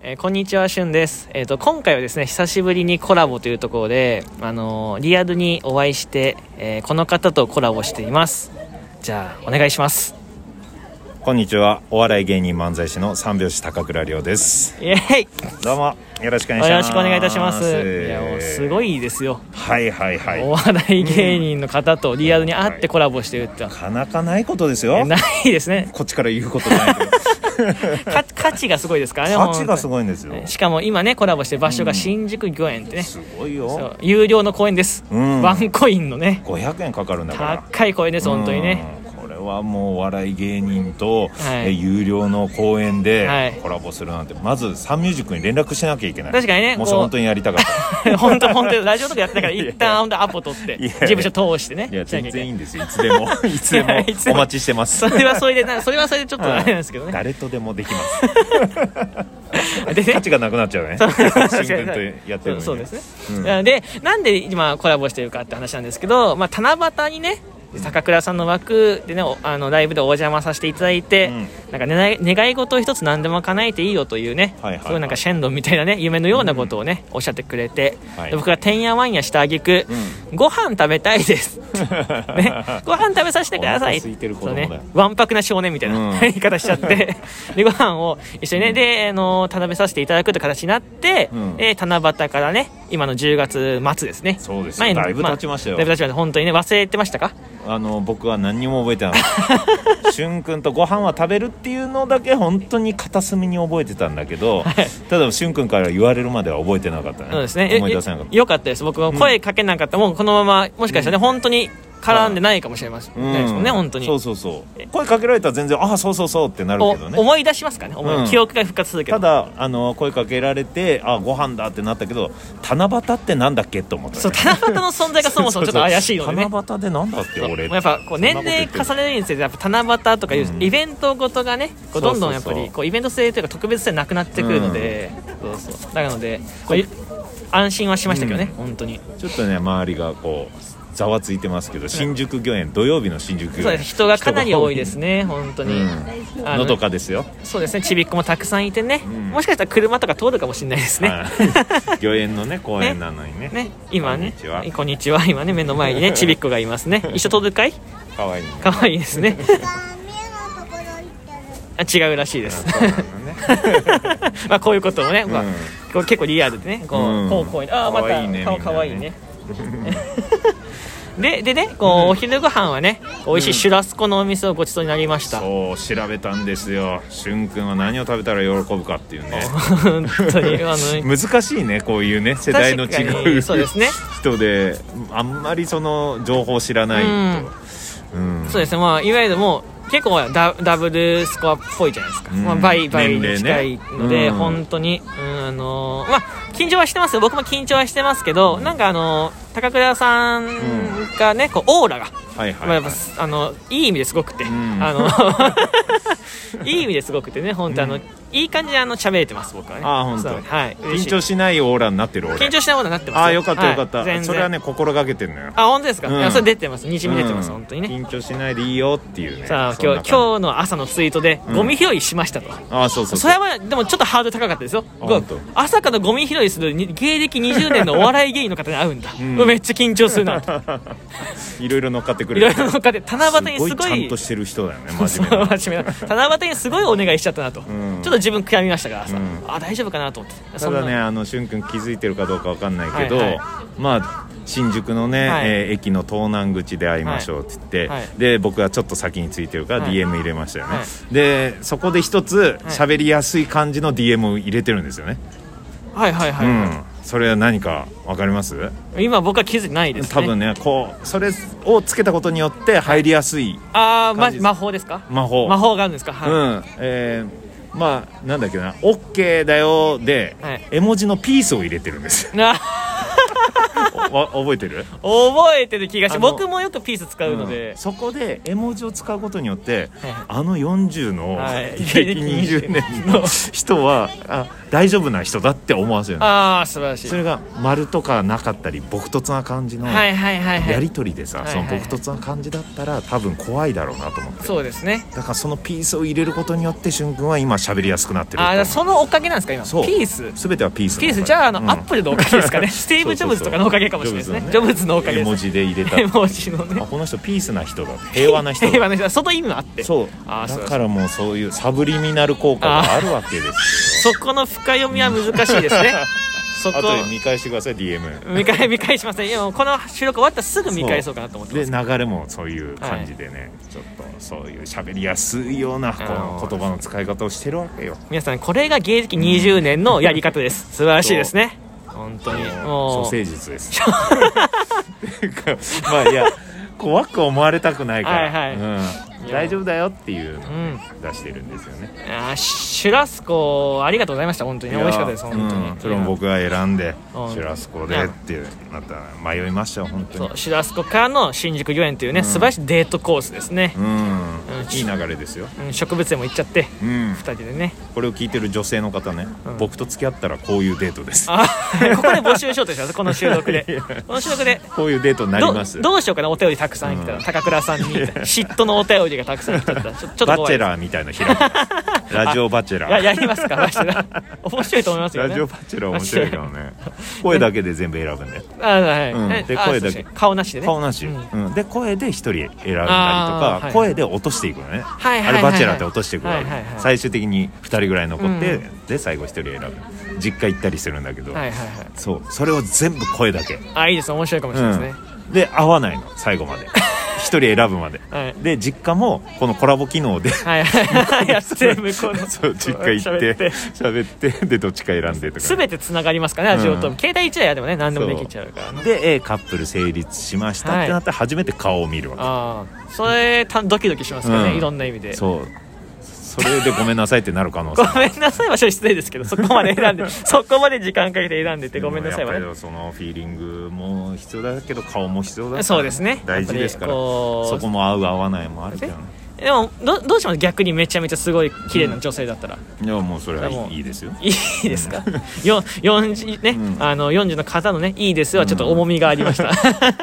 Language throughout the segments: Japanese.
こんにちは、しゅんです。今回はですね、久しぶりにコラボというところで、リアルにお会いして、この方とコラボしています。じゃあお願いします。 こんにちは、お笑い芸人漫才師の三拍子高倉涼です。 イエーイ。 どうもよろしくお願いします。 よろしくお願いいたします。いや、もうすごいですよ。 はいはいはい。 お笑い芸人の方とリアルに会ってコラボしてるって、 なかなかないことですよ。 ないですね。 こっちから言うことないけど価値がすごいですからね。 価値がすごいんですよ。 しかも今ね、コラボしてる場所が新宿御苑ってね、 すごいよ。 有料の公園です、ワンコインのね、 500円かかるんだから。 高い公園です、本当にね。 これはもうお笑い芸人と、有料の公演でコラボするなんて、まずサンミュージックに連絡しなきゃいけない。 確かにね、 もし本当にやりたかったら本当ラジオとかやってたから一旦本当アポ取って事務所通してね。 いや全然いいんですよ。いつでもいつでもお待ちしてます。 それはそれでちょっとあれなんですけどね。 誰とでもできますで、ね、価値がなくなっちゃうね。しんくんとやってるのに。 そうですね、で、なんで今コラボしてるかって話なんですけど、七夕にね、高倉さんの枠でね、ライブでお邪魔させていただいて、なんか願い事を一つ何でも叶えていいよというね、そういうなんかシェンロンみたいなね、夢のようなことをね、おっしゃってくれて、で僕がてんやわんやした挙句、ご飯食べたいですね、ご飯食べさせてください、そうね、わんぱくな少年みたいな、言い方しちゃってでご飯を一緒にね、で食べさせていただくという形になって、七夕からね、今の10月末ですね。 そうですよ、だいぶ経ちましたよ。 だいぶ経ちました。本当にね、忘れてましたか？ 僕は何にも覚えてないしゅんくんとご飯は食べるっていうのだけ本当に片隅に覚えてたんだけど、ただしゅんくんから言われるまでは覚えてなかったね。 そうですね、 思い出せなかった。 よかったです。僕は声かけなかったら、もうこのままもしかしたらね、本当に絡んでないかもしれませんね、本当に。そう声かけられたら全然そうってなるけどね。 思い出しますかね、記憶が復活するけど。 ただ声かけられてご飯だってなったけど、七夕ってなんだっけと思った、ね。 そう、七夕の存在がそもそもちょっと怪しいのでね。 七夕でなんだっけ俺。 やっぱこう年齢重ねるにつれて、やっぱ七夕とかいうイベントごとがね、こうどんどんやっぱりこうイベント性というか特別性なくなってくるので、なので安心はしましたけどね、本当に。 ちょっとね、周りがこうざわついてますけど、新宿御苑、土曜日の新宿御苑、 人がかなり多いですね、本当に。 のどかですよ。 そうですね、ちびっこもたくさんいてね、もしかしたら車とか通るかもしれないですね。 御苑のね、公園なのにね。 今ね、こんにちは、今ね、目の前にね、ちびっこがいますね。一緒通るかい？ かわいいね。 かわいいですね。違うらしいです。まあこういうこともね、結構リアルでね、こうまた顔かわいいね。でね、こうお昼ご飯はね、美味しいシュラスコのお店をごちそうになりました。 そう調べたんですよ。しゅんくんは何を食べたら喜ぶかっていうね。 本当に難しいね、こういうね、世代の違うそうですね、 人であんまりその情報を知らないと。 そうですね、まあいわゆるもう結構ダブルスコアっぽいじゃないですか。倍に近いので、本当に緊張はしてますよ。僕も緊張はしてますけど、なんか高倉さんがね、こうオーラがいい意味ですごくて、いい意味ですごくてね、本当いい感じで喋れてます、僕はね。 本当。緊張しないオーラになってる。 緊張しないオーラになってます。 よかったよかった。それはね、心がけてるのよ。 本当ですか？それ出てます。にじみ出てます、本当にね。 緊張しないでいいよっていうね。 さあ今日の朝のツイートでゴミ拾いしましたと。 そう。 それはでもちょっとハードル高かったですよ。朝からゴミ拾いする芸歴20年のお笑い芸人の方に会うんだ。めっちゃ緊張するなと。 いろいろ乗っかってくれる。 いろいろ乗っかって、七夕にすごいちゃんとしてる人だよね、 真面目な。七夕にすごいお願いしちゃったなと。ちょっと自分悔やみましたからさ、大丈夫かなと思って。 ただね、しゅんくん気づいてるかどうかわかんないけど、新宿のね、駅の東南口で会いましょうって言って、で僕はちょっと先についてるから DM 入れましたよね。でそこで一つ喋りやすい感じの DM を入れてるんですよね。それは何か分かります？ 今僕は気づいてないですね。 多分ね、それをつけたことによって入りやすい感じ。 魔法ですか？魔法があるんですか？ なんだっけな、 OK だよで、絵文字のピースを入れてるんです。 覚えてる？ 覚えてる気がして、僕もよくピース使うので、 そこで絵文字を使うことによって、 はい、 40の芸歴20年の人は大丈夫な人だって思わせるの。 ああ素晴らしい。 それが丸とかなかったり朴突な感じのやり取りでさ、その朴突な感じだったら多分怖いだろうなと思って。 そうですね。 だからそのピースを入れることによってしゅんくんは今喋りやすくなってる。 そのおかげなんですか今。 そう、 ピース全てはピース。 ピースじゃあアップルのおかげですかね。スティーブ・ジョブズとかのおかげかもしれないですね。ジョブズのおかげです。 絵文字で入れた。 絵文字のね。 この人ピースな人だ。平和な人だ。 平和な人だ。その意味もあって。 そう。だからもうそういうサブリミナル効果があるわけですよ。 そこの深読みは難しいですね。 あとで見返してください DM。 見返しません。今この収録終わったらすぐ見返そうかなと思ってます。 で流れもそういう感じでね、ちょっとそういう喋りやすいようなこの言葉の使い方をしてるわけよ。 皆さんこれが芸歴20年のやり方です。素晴らしいですね。本当にもう処世術です。まあいや怖く思われたくないから、はいはい、大丈夫だよっていうのを、出してるんですよね。 シュラスコありがとうございました。本当に美味しかったです。本当に、 それも僕が選んでシュラスコでってなったら迷いましたよ本当に。 そうシュラスコからの新宿御苑というね、素晴らしいデートコースですね。 いい流れですよ。 植物園も行っちゃって、2人でね。 これを聞いてる女性の方ね、僕と付き合ったらこういうデートです。 ここで募集しようとします。この収録でこういうデートになります。 どうしようかな。お便りたくさん来たら、高倉さんに嫉妬のお便りがたくさん来ちゃったらちょっと怖い。 バチェラーみたいな開くラジオバチェラーやりますか。バチェラー面白いと思いますよね。 ラジオバチェラー面白いけどね。声だけで全部選ぶんで。で声だけ顔なしでね。 顔なし、で声で一人選んだりとか、声で落としていくのね。あれバチェラーって落としていくわけ。最終的に2人ぐらい残って、で最後1人選ぶ。実家行ったりするんだけど、そうそれを全部声だけ。 いいです。面白いかもしれないですね。 で合わないの最後まで。一人選ぶまで、で実家もこのコラボ機能で全部このそう実家行って喋ってでどっちか選んでとか全てつながりますかね。ラジオと携帯1台でもね何でもできちゃうからね。 でカップル成立しましたってなったら初めて顔を見るわけ。それドキドキしますからね、いろんな意味で。 そうそれでごめんなさいってなる可能性。 ごめんなさいは失礼ですけど、そこまで選んでそこまで時間かけて選んでてごめんなさいはね。 やっぱりそのフィーリングも必要だけど顔も必要だから、 そうですね、 大事ですから、そこも合う合わないもあるけどね。 でもどうします？逆にめちゃめちゃすごい綺麗な女性だったら。 いやもうそれはいいですよ。 いいですか40ね、40の方のねいいですよはちょっと重みがありました、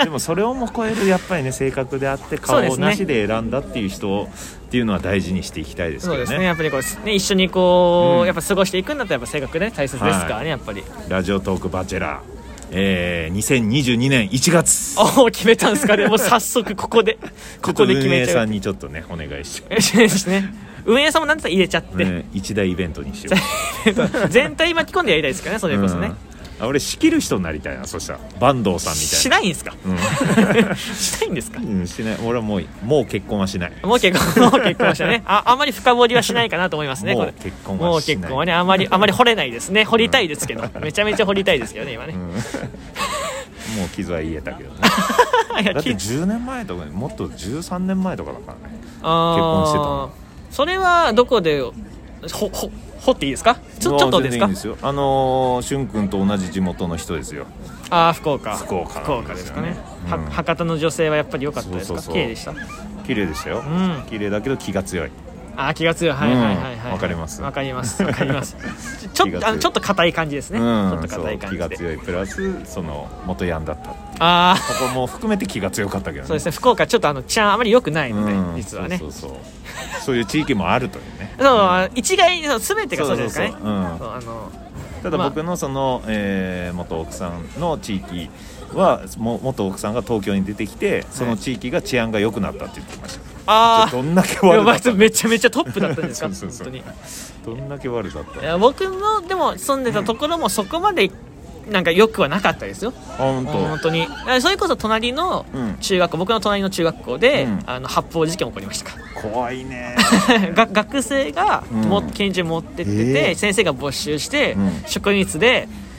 でもそれをも超えるやっぱりね性格であって顔なしで選んだっていう人っていうのは大事にしていきたいですけどね。 そうですね、やっぱりこう、ね、一緒にこう、やっぱ過ごしていくんだったらやっぱ性格ね大切ですからね、やっぱり。 ラジオトークバチェラー、2022年1月決めたんですかね。もう早速ここで決めちゃう。 運営さんにちょっとねお願いしてですね。運営さんもなんとか入れちゃって、 一大イベントにしよう全体巻き込んでやりたいですからね。それこそね、 俺仕切る人になりたいな。そしたら坂東さんみたいな。 しないんですか、しないんですか、 しない。俺はもう結婚はしない。 もう結婚はしないね。あまり深掘りはしないかなと思いますね。 もう結婚はしない。 もう結婚はねあまり掘れないですね。掘りたいですけど、めちゃめちゃ掘りたいですけどね今ね、もう傷は癒えたけどねだって10年前とかもっと13年前とかだからね、結婚してたの。 それはどこで掘っていいですか？ちょっとですか？ 全然いいですよ。しゅんくんと同じ地元の人ですよ。 福岡ですかね。博多の女性はやっぱり良かったですか？綺麗でした。 綺麗でしたよ。綺麗だけど気が強い。 気が強い。 わかります。 ちょっと硬い感じですね。ちょっと硬い感じで。 気が強いプラスその元ヤンだった。そこも含めて気が強かったけどね。 そうですね。福岡ちょっと治安あまり良くないので、実はね。 そういう地域もあるというね。 一概全てがそうですかね。 ただ僕のその元奥さんの地域は元奥さんが東京に出てきて、その地域が治安が良くなったって言ってました。どんだけ悪だった。 めちゃめちゃトップだったんですか？本当にどんだけ悪だった。 僕のでも住んでたところもそこまでなんか良くはなかったですよ。本当に。それこそ隣の中学校、僕の隣の中学校で発砲事件起こりました。 怖いね学生が拳銃持ってってて、先生が没収して職員室で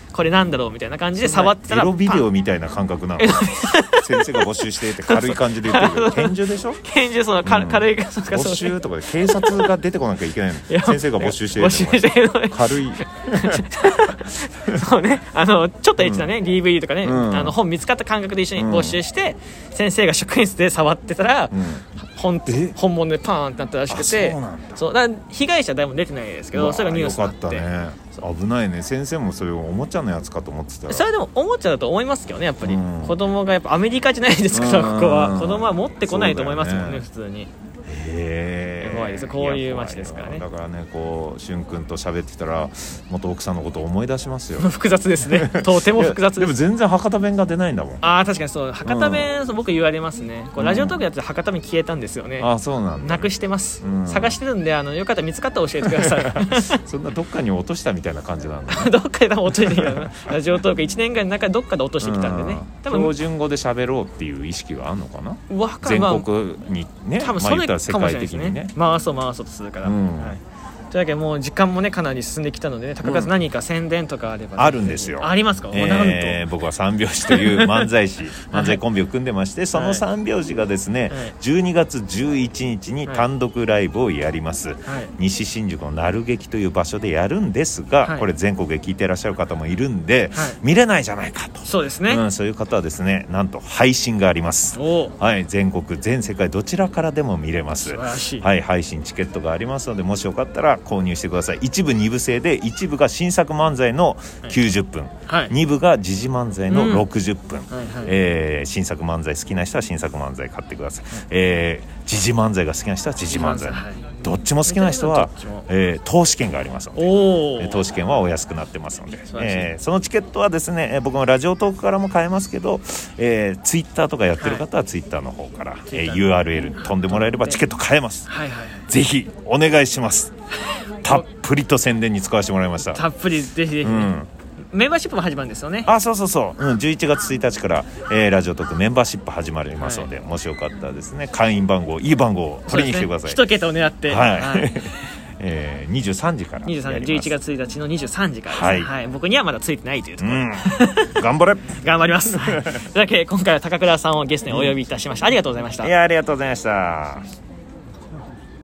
これなんだろうみたいな感じで触ってたらエロビデオみたいな感覚なの先生が募集してって軽い感じで言ってるけど拳銃でしょ。 拳銃、その軽い募集とかで警察が出てこなきゃいけないの先生が募集してるの軽いそうね、ちょっとエッチなね、DVD とかね、本見つかった感覚で一緒に募集して、先生が職員室で触ってたら、本物でパーンってなったらしくて、そうだから被害者は誰も出てないですけど、それがニュースになって、 よかったね。危ないね。先生もそれをおもちゃのやつかと思ってたら、 それでもおもちゃだと思いますけどね、やっぱり、子供がやっぱアメリカじゃないですから、ここは子供は持ってこないと思いますもんね、普通に。怖いです。こういう街ですからね。 だからね、こうしゅんくんと喋ってたら元奥さんのことを思い出しますよ複雑ですね、とても複雑です。 でも全然博多弁が出ないんだもん。 確かにそう、博多弁、僕言われますね。こうラジオトークやって博多弁消えたんですよね。 そうなんだ。 なくしてます、探してるんで、よかったら見つかったら教えてくださいそんなどっかに落としたみたいな感じなんだ、ね、 どっかで多分落としてきたラジオトーク1年間の中でどっかで落としてきたんでね、 多分標準語で喋ろうっていう意識があるのかな、全国にね、 多分それかもしれないですね。 回そうとするから、というわけでもう時間もねかなり進んできたので、ね、高倉さん何か宣伝とかあれば、 あるんですよ。 ありますか。 僕は三拍子という漫才コンビを組んでまして、その三拍子がですね、12月11日に単独ライブをやります、西新宿のなる劇という場所でやるんですが、これ全国で聞いていらっしゃる方もいるんで、見れないじゃないかと。 そうですね、 そういう方はですね、なんと配信があります。全国全世界どちらからでも見れます。 素晴らしい。 配信チケットがありますので、もしよかったら購入してください。一部二部制で、一部が新作漫才の90分、二部が時事漫才の60分、新作漫才好きな人は新作漫才買ってください。時事漫才が好きな人は時事漫才、どっちも好きな人は、投資券がありますので、投資券はお安くなってますので、そのチケットはですね、僕もラジオトークからも買えますけど、ツイッターとかやってる方はツイッターの方から、URL 飛んでもらえればチケット買えます。ぜひお願いします。たっぷりと宣伝に使わせてもらいました。 たっぷりぜひぜひ、メンバーシップも始まるんですよね。 そう、11月1日から、ラジオトークメンバーシップ始まりますので、もしよかったらですね、会員番号いい番号を取りに来てください。 一桁を狙って、 23時から 11月1日の23時からですね、僕にはまだついてないというところ、 頑張れ頑張りますというわけで、今回は高倉さんをゲストにお呼びいたしました。ありがとうございました。 ありがとうございました。